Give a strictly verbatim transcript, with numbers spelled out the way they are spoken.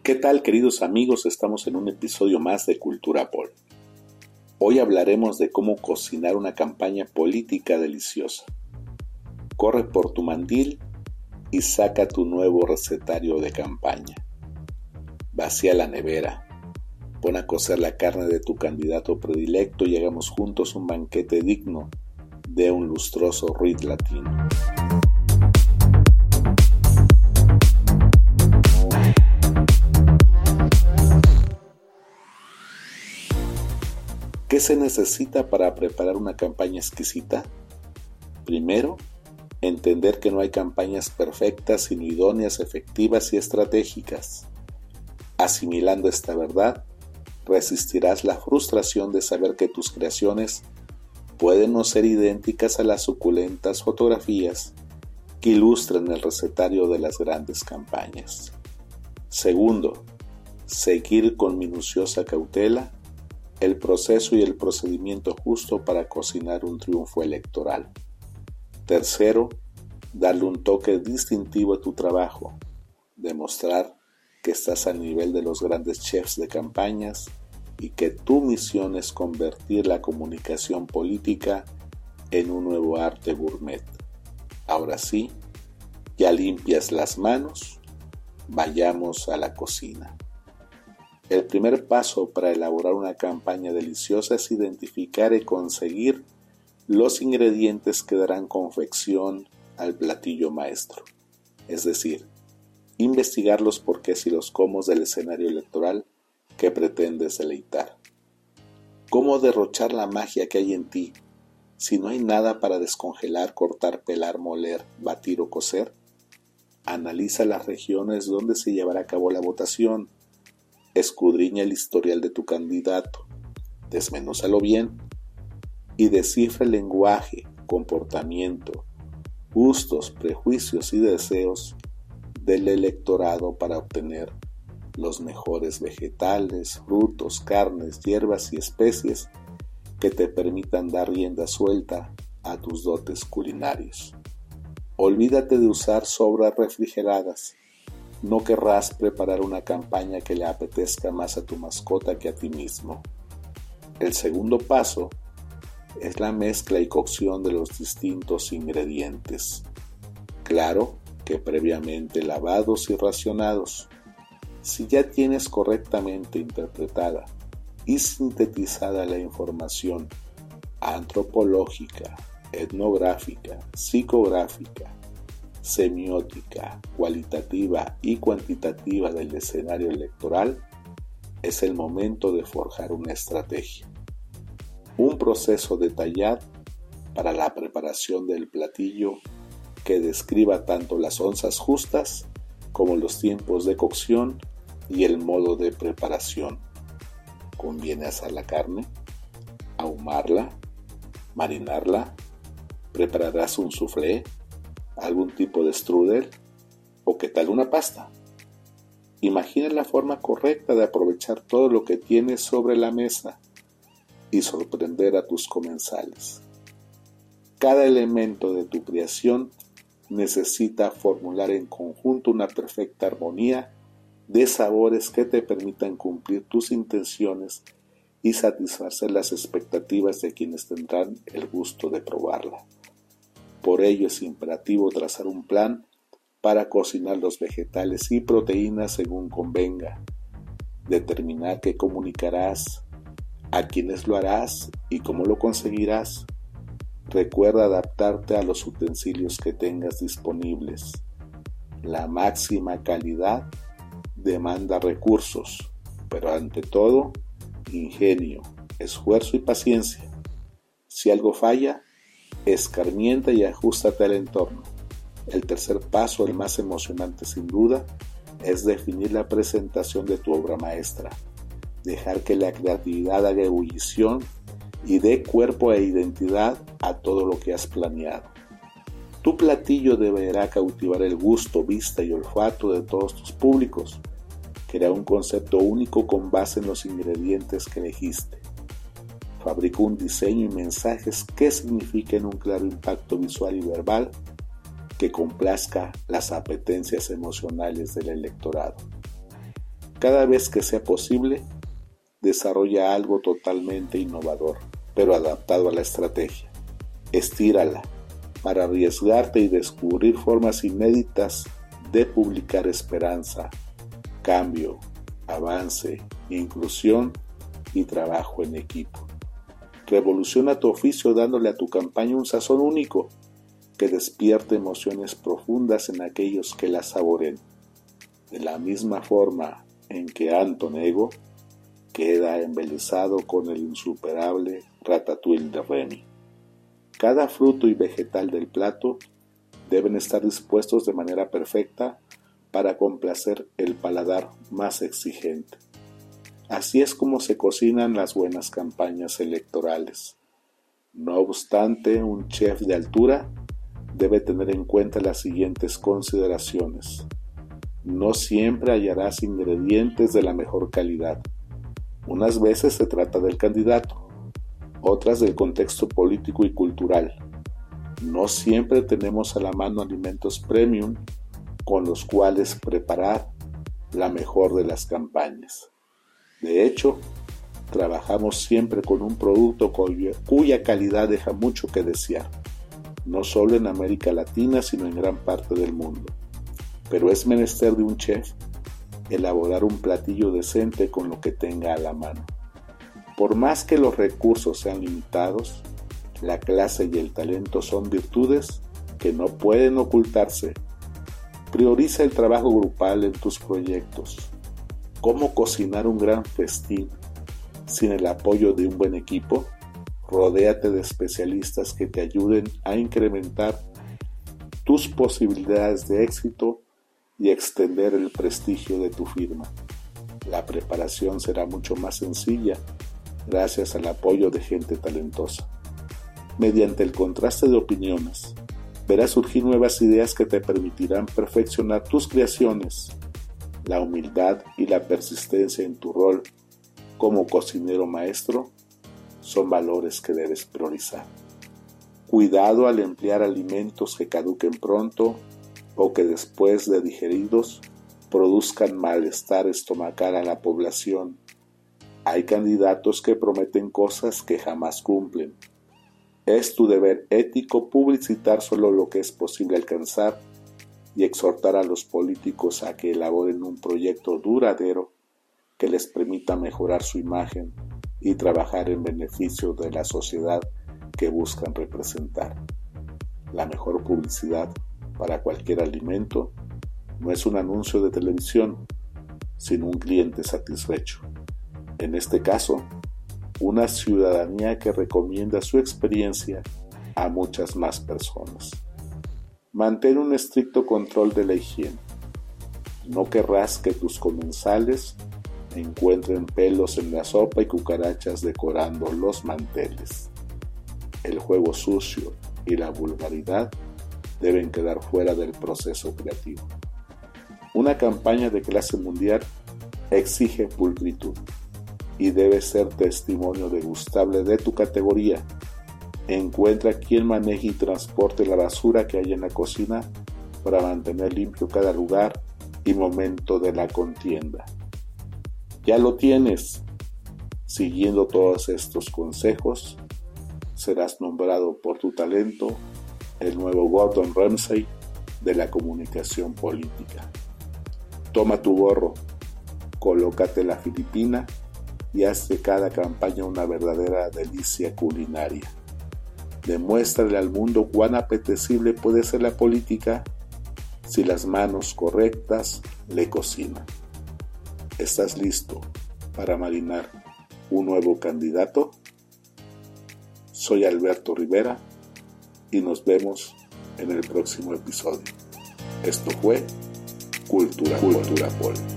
¿Qué tal, queridos amigos? Estamos en un episodio más de Cultura Pol. Hoy hablaremos de cómo cocinar una campaña política deliciosa. Corre por tu mandil y saca tu nuevo recetario de campaña. Vacía la nevera, pon a cocer la carne de tu candidato predilecto y hagamos juntos un banquete digno de un lustroso ruit latino. ¿Qué se necesita para preparar una campaña exquisita? Primero, entender que no hay campañas perfectas, sino idóneas, efectivas y estratégicas. Asimilando esta verdad, resistirás la frustración de saber que tus creaciones pueden no ser idénticas a las suculentas fotografías que ilustran el recetario de las grandes campañas. Segundo, seguir con minuciosa cautela el proceso y el procedimiento justo para cocinar un triunfo electoral. Tercero, darle un toque distintivo a tu trabajo, demostrar que estás a nivel de los grandes chefs de campañas y que tu misión es convertir la comunicación política en un nuevo arte gourmet. Ahora sí, ya limpias las manos, vayamos a la cocina. El primer paso para elaborar una campaña deliciosa es identificar y conseguir los ingredientes que darán confección al platillo maestro, es decir, investigar los porqués y los cómos del escenario electoral que pretendes deleitar. ¿Cómo derrochar la magia que hay en ti si no hay nada para descongelar, cortar, pelar, moler, batir o cocer? Analiza las regiones donde se llevará a cabo la votación. Escudriña el historial de tu candidato, desmenúzalo bien y descifra el lenguaje, comportamiento, gustos, prejuicios y deseos del electorado para obtener los mejores vegetales, frutos, carnes, hierbas y especies que te permitan dar rienda suelta a tus dotes culinarios. Olvídate de usar sobras refrigeradas. No querrás preparar una campaña que le apetezca más a tu mascota que a ti mismo. El segundo paso es la mezcla y cocción de los distintos ingredientes. Claro que previamente lavados y racionados. Si ya tienes correctamente interpretada y sintetizada la información antropológica, etnográfica, psicográfica, semiótica, cualitativa y cuantitativa del escenario electoral, es el momento de forjar una estrategia, un proceso detallado para la preparación del platillo que describa tanto las onzas justas como los tiempos de cocción y el modo de preparación. ¿Conviene asar la carne? ¿Ahumarla? ¿Marinarla? ¿Prepararás un soufflé? ¿Algún tipo de strudel? ¿O qué tal una pasta? Imagina la forma correcta de aprovechar todo lo que tienes sobre la mesa y sorprender a tus comensales. Cada elemento de tu creación necesita formular en conjunto una perfecta armonía de sabores que te permitan cumplir tus intenciones y satisfacer las expectativas de quienes tendrán el gusto de probarla. Por ello es imperativo trazar un plan para cocinar los vegetales y proteínas según convenga, determinar qué comunicarás, a quiénes lo harás y cómo lo conseguirás. Recuerda adaptarte a los utensilios que tengas disponibles. La máxima calidad demanda recursos, pero ante todo, ingenio, esfuerzo y paciencia. Si algo falla, escarmienta y ajústate al entorno. El tercer paso, el más emocionante sin duda, es definir la presentación de tu obra maestra. Dejar que la creatividad haga ebullición y dé cuerpo e identidad a todo lo que has planeado. Tu platillo deberá cautivar el gusto, vista y olfato de todos tus públicos. Crea un concepto único con base en los ingredientes que elegiste. Fabrica un diseño y mensajes que signifiquen un claro impacto visual y verbal que complazca las apetencias emocionales del electorado. Cada vez que sea posible, desarrolla algo totalmente innovador, pero adaptado a la estrategia. Estírala para arriesgarte y descubrir formas inéditas de publicar esperanza, cambio, avance, inclusión y trabajo en equipo. Revoluciona tu oficio dándole a tu campaña un sazón único que despierte emociones profundas en aquellos que la saboren. De la misma forma en que Anton Ego queda embelesado con el insuperable ratatouille de Remy. Cada fruto y vegetal del plato deben estar dispuestos de manera perfecta para complacer el paladar más exigente. Así es como se cocinan las buenas campañas electorales. No obstante, un chef de altura debe tener en cuenta las siguientes consideraciones. No siempre hallarás ingredientes de la mejor calidad. Unas veces se trata del candidato, otras del contexto político y cultural. No siempre tenemos a la mano alimentos premium con los cuales preparar la mejor de las campañas. De hecho, trabajamos siempre con un producto cuya, cuya calidad deja mucho que desear, no solo en América Latina, sino en gran parte del mundo. Pero es menester de un chef elaborar un platillo decente con lo que tenga a la mano. Por más que los recursos sean limitados, la clase y el talento son virtudes que no pueden ocultarse. Prioriza el trabajo grupal en tus proyectos. ¿Cómo cocinar un gran festín sin el apoyo de un buen equipo? Rodéate de especialistas que te ayuden a incrementar tus posibilidades de éxito y extender el prestigio de tu firma. La preparación será mucho más sencilla gracias al apoyo de gente talentosa. Mediante el contraste de opiniones, verás surgir nuevas ideas que te permitirán perfeccionar tus creaciones. La humildad y la persistencia en tu rol como cocinero maestro son valores que debes priorizar. Cuidado al emplear alimentos que caduquen pronto o que después de digeridos produzcan malestar estomacal a la población. Hay candidatos que prometen cosas que jamás cumplen. Es tu deber ético publicitar solo lo que es posible alcanzar y exhortar a los políticos a que elaboren un proyecto duradero que les permita mejorar su imagen y trabajar en beneficio de la sociedad que buscan representar. La mejor publicidad para cualquier alimento no es un anuncio de televisión, sino un cliente satisfecho. En este caso, una ciudadanía que recomienda su experiencia a muchas más personas. Mantén un estricto control de la higiene. No querrás que tus comensales encuentren pelos en la sopa y cucarachas decorando los manteles. El juego sucio y la vulgaridad deben quedar fuera del proceso creativo. Una campaña de clase mundial exige pulcritud y debe ser testimonio degustable de tu categoría. Encuentra quien maneje y transporte la basura que hay en la cocina para mantener limpio cada lugar y momento de la contienda. Ya lo tienes. Siguiendo todos estos consejos, serás nombrado por tu talento el nuevo Gordon Ramsay de la comunicación política. Toma tu gorro, colócate la filipina y haz de cada campaña una verdadera delicia culinaria. Demuéstrale al mundo cuán apetecible puede ser la política si las manos correctas le cocinan. ¿Estás listo para marinar un nuevo candidato? Soy Alberto Rivera y nos vemos en el próximo episodio. Esto fue Cultura, Cultura Pol.